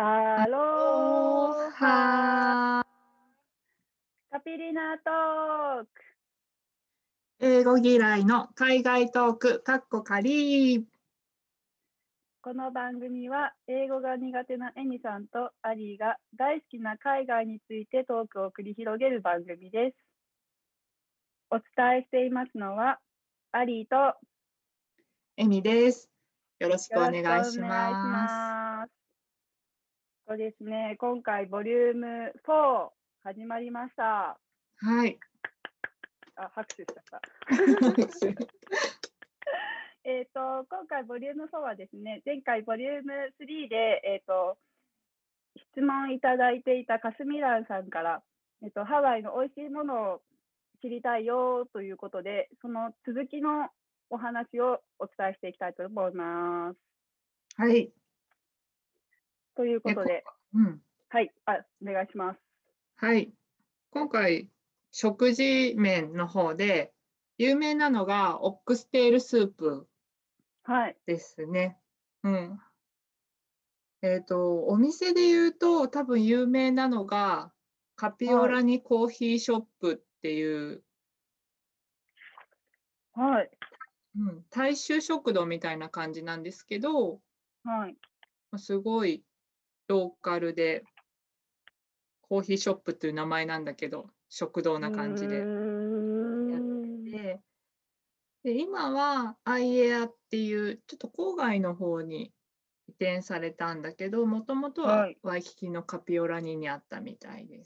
アおロハはカピリナトーク。 英語嫌いの海外トーク、かっこ仮。 この番組は英語が苦手なエミさんとアリーが大好きな海外についてトークを繰り広げる番組です。お伝えしていますのはアリーとエミです。よろしくおよろしくお願いし願いします。 ます。そうですね、今回ボリューム4始まりました。 はい。 拍手しちゃった。今回ボリューム4はですね、前回ボリューム3で、質問いただいていたカスミランさんから、ハワイの美味しいものを知りたいよということで、その続きのお話をお伝えしていきたいと思います。 はい。 ということで、 うん、 はい、お願いします。 はい。今回、食事面の方で、有名なのがオックステールスープはい。 ですね。うん。お店で言うと、多分有名なのが、カピオはい。 ラニコーヒーショップっていうはい。 大衆食堂みたいな感じなんですけど、 はい。 すごいローカルで、コーヒーショップっていう名前なんだけど、食堂うーな感じでやってん。 て、で、今はアイエアっていうちょっと郊外の方に移転されたんだけど、もともとははい。 ワイキキのカピオラニにあったみたいです。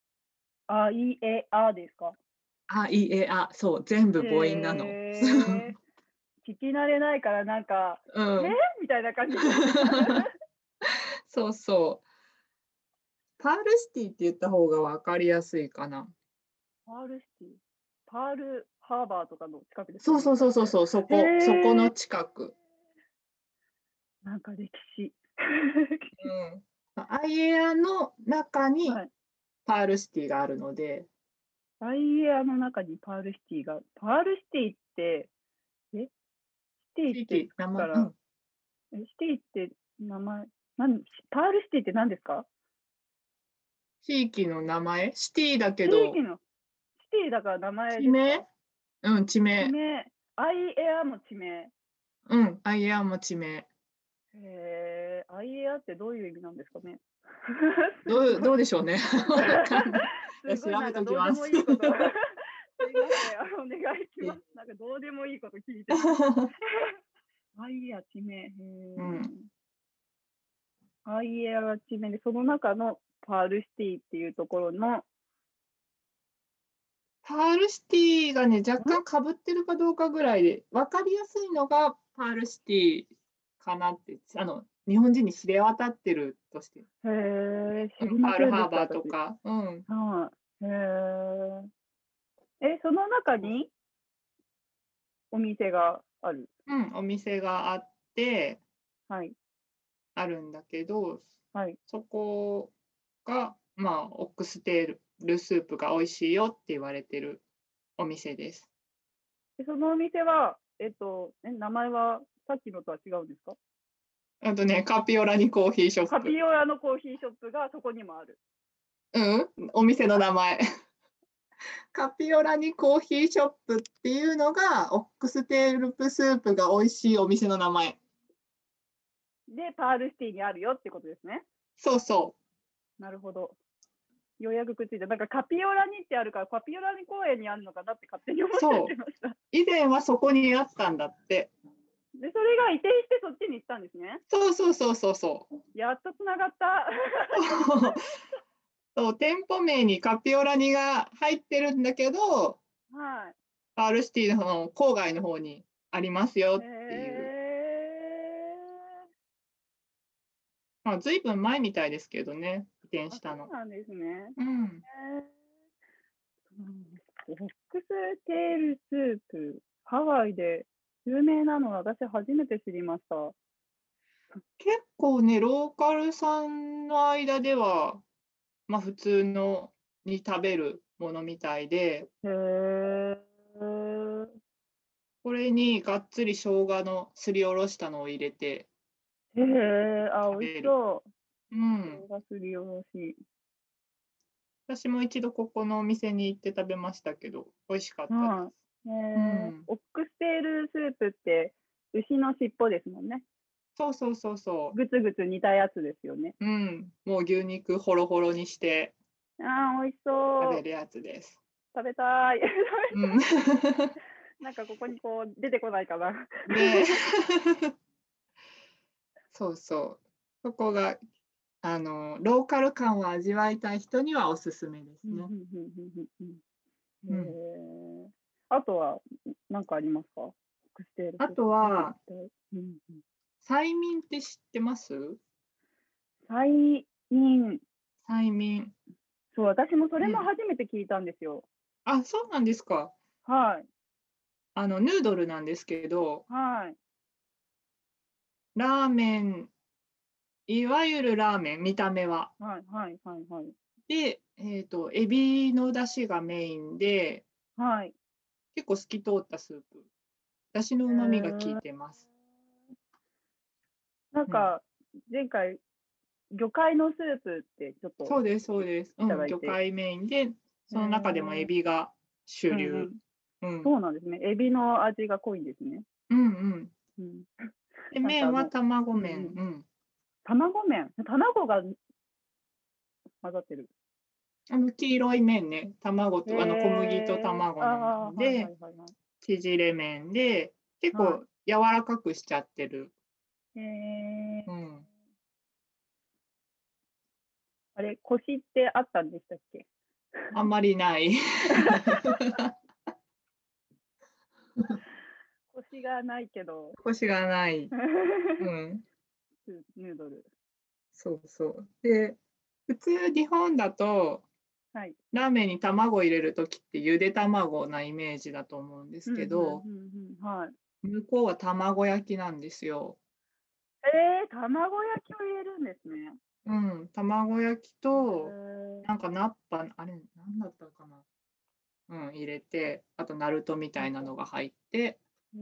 ですか？ あ、いいえ、そう、全部母音なの。 聞き慣れないからなんか、 うん。 みたいな感じ。 そうそう。パールシティって言った方が分かりやすいかな。 パールシティ、パールハーバーとかの近くですか？ そうそうもしかして。 そうそうそう、そこの近く。 なんか歴史。 うん。アイエアの中にはい。 パールシティがあるので、 アイエアの中にパールシティが、パールシティって、シティって地域、名前、う聞くから、 ん。 シティって名前、パールシティって何ですか？ 地域の名前、シティだけ地ど、 域の、シティだから名前地名、 ですか？ うん、地名。 地名、アイエアも地名。 うん、アイエアも地名。 アイエアってどういう意味なんですかね？すごい。 どうでしょうね。わかんない。 すごい調べなんかどうでときます。 もいいこと。すいません、お願いします。 いいなんかどうでもいいこと聞いてて。アイエア地名。 うん。 アイエア地名で、その中のパールシティっていうところの、 パールシティがね、若干被ってるかどうかぐらいで、分かりやすいのがパールシティかなって、日本人に知れ渡ってるとして、 知りパールませんでした、 ハーバーと私。 か、うん、 はい。その中にお店がある。 うん、お店があって、 はい。 あるんだけど、 はい。 そこが、オックステールスープが美味しいよって言われてるお店です。 で、そのお店は、名前はさっきのとは違うんですか？ あとね、カピオラにコーヒーショッカプ。 ピオラのコーヒーショップがそこにもある。 うん、お店のあ、 名前。カピオラにコーヒーショップっていうのが、オックステールスープが美味しいお店の名前。 で、パールシティにあるよってことですね。 そうそなるほど。ようやくくっついた。なんかカピオラにってあるから、カピオラに公園にあるのかなって勝手に思う。 っちゃっそう。 てました。 以前はそこにあったんだって。 で、それが移転してそっちに行ったんですね。 そうそうそうそうそう。 やっとつながった。 そう、店舗名にカピオラニが入ってるんだけど、 はい。 パールシティの郊外の方にありますよへっていう。 え。 ずいぶん前みたいですけどね、移転あ、 したの。 そうなんですね。 うん。 オックステールスープ、ハワイで有名なのは私初めて知りました。 結構ね、ローカルさんの間では、普通のに食べるものみたいで、 へえ。 これにがっつり生姜のすりおろしたのを入れてへえ、美味し食べる。 そう。 うん。 これがすりおろし。 私も一度ここのお店に行って食べましたけど、美味しかったです。 はい。 うん。 オックステールスープって牛の尻尾ですもんね。 そうそうそうそぐつぐつ煮たやつですよね。 う。うん。もう牛肉ホロホロにしてああ、美味しそう。 食べるやつです。 食べたい。 うん。 なんかここにこう出てこないかな。 ねえ。そうそう。そこが、ローカル感を味わいたい人にはおすすめですね。うん。 あとは何かありますか？オックステールあスープ食べてとは、 みたい。うんうん。 催眠って知ってます？ 催眠。 催眠。 そう、私もそれもうん。 初めて聞いたんですよ。 あ、そうなんですか。 はい。 ヌードルなんですけど、 はい。 ラーメン、いわゆるラーメン、見た目は。 はいはいはいはい。 で、エビの出汁がメインで、 はい。 結構透き通ったスープ。出汁の旨味が効いてます。うん。 なんか、前回、魚介のスープってちょっとそうですそうです。 いうん、 ただいて。 魚介メインで、 へその中でもエービが主流。 うんうん。 うん。 そうなんですね。エビの味が濃いんですね。 うんうん。 うん。 で、麺はなんか卵麺。 うんうん。 うん。 卵麺。卵が混ざってる。 黄色い麺ね、卵へと小麦とあ卵のあ、はいは麺で、 いはいはい。 縮れ麺で、結は構柔らかくしちゃってる。 い。 うん。 あれ、コシってあったんでしたっけ？ あんまりない。 コシがないけど、 コシがない。うん。 ヌードル。 そうそう。で、普通日本だと、 はい。 ラーメンに卵入れる時ってゆで卵なイメージだと思うんですうんうんけど、 はい。 向こうは卵焼きなんですよ。 卵焼きを入れるんですね。 うん、卵焼きと、 へなんかナッパ、あれ、なんだったかな。うん、入れて、あとナルトみたいなのが入って、 え。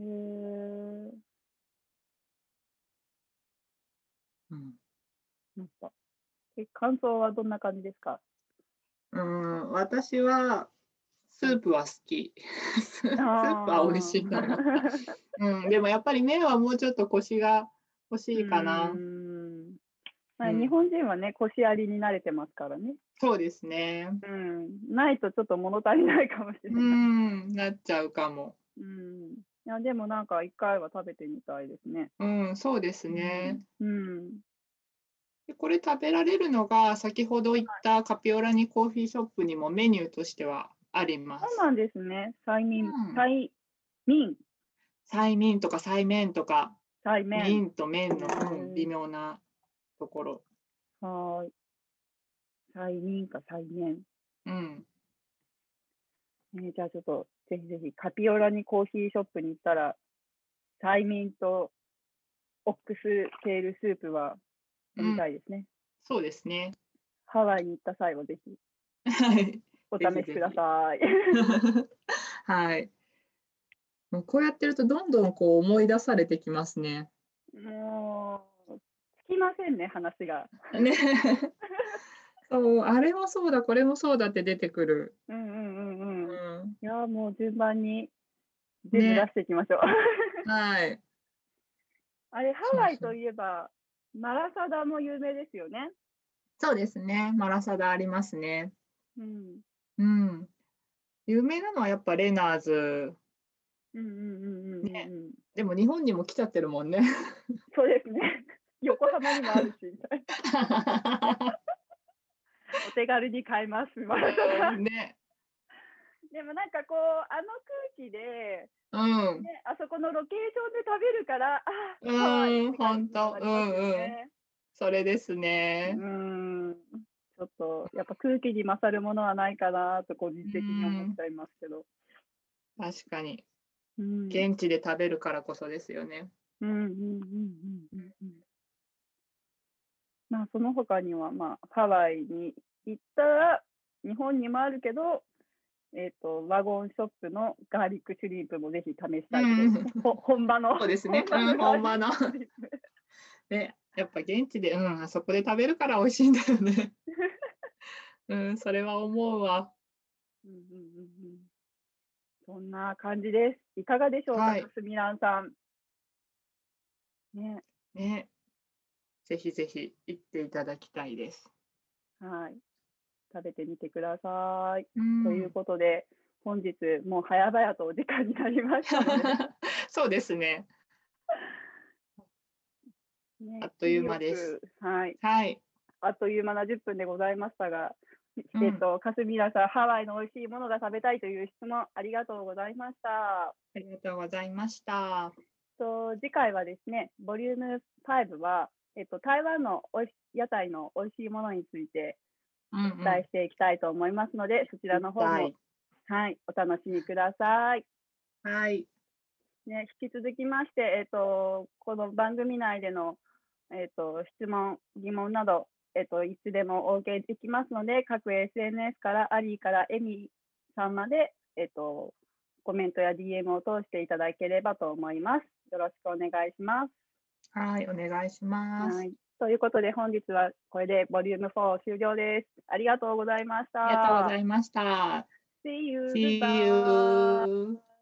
うん。 なんか、感想はどんな感じですか？ うん、私はスはい。 ープは好き。スープは美味ああ。 しいと思った。うん、でもやっぱり麺はもうちょっとコシが欲しういかな。 ーん。まあ、日うん、 本人はね、コシありに慣れてますからね。 そうですね。 うん。ないとちょっと物足りないかもしれうない。 ん、なっちゃうかも。 うん。いや、でもなんか一回は食べてみたいですね。 うん、そうですうん。 ね。 うん。 で、これ食べられるのが、先ほど言ったカピオラニコーヒーショップにもメニューとしてはあります。 そうなんですね。 うん。 催眠、 催眠とか催眠とか、 催眠。 ミンと麺の、うん、微ー、 妙なところ。 はーい。催眠か催眠。 うん。 じゃあちょっと、ぜひぜひ、カピオラにコーヒーショップに行ったら、催眠とオックステールスープは飲みうん、 たいですね。 そうですね。 ハワイに行った際はぜひはい。 おぜ試しくだひぜひ。 さい。 はい。もうこうやってるとどんどんこう思い出されてきますね。 もう、尽きませんね、話が。 ね。そう、あれもそうだ、これもそうだって出てくる。 うんうんうんうん。いうん。 や、もう順番に全部出ね、 していきましょう。 はい。 あれ、ハそうそう。 ワイといえば、マラサダも有名ですよね。 そうですね、マラサダありますね。 うん。 うん。有名なのはやっぱレナーズ、 うんうんうんうんうんうん。 でも日本にも来ちゃってるもんね。 そうですね。横浜にもあるし、みたいな。お手軽に買えます、マラサダ。 うん、ね。 でもなんかこう、あの空気で、 うん。 ね、あそこのロケーションで食べるから、あ、ハワイっうん、 て感じほんと、うにはなりますよんうん。 ね。 それですうね。 ーん。ちょっと、やっぱ空気に勝るものはないかなと個人う的に思っん、 ちゃいますけど。 確かに。 うん。 現地で食べるからこそですよね。 うんうんうんうんうんうん。まあ、その他には、まあ、ハワイに行ったら、日本にもあるけど、ワゴンショップのガーリックシュリンプもぜひ試したいところですうん、 ね。本場の、 そうですね。 本場うん、 のガーリックほんまの。 シュリンプ。 ね、 やっぱ現地で、あそこで食べるから美味しいんだよね。それは思うわ。 うんうんうんうん。そんな感じです。いかがでしょうか、 はい。 かすみらんさん。ね、 ね。ぜひぜひ行っていただきたいです。 はい。食べてみてください。 うというん。 ことで、本日もう早々とお時間になりましたので、 そうですね。あね、 っという切りよ間です。 く、はい、 はい。 あっという間な10分でございましたが、 うん。 かすみらさん、ハワイの美味しいものが食べたいという質問ありがとうございました。 ありがとうございました。 次回はですね、ボリューム5は、台湾の屋台の美味しいものについてうんうお伝えん。 していきたいと思いますので、そちら一の方も、 体。 はい、お楽しみください。 はい。 ね、引き続きまして、この番組内での、質問、疑問など、いつでもお受けできますので、各 SNS からアリーからエミさんまで、コメントや DM を通していただければと思います。よろしくお願いします。 はい、お願いします。 はい。ということで、本日はこれでボリューム4終了です。ありがとうございましありがとうごた。 ざいました。 See you. See Goodbye. you.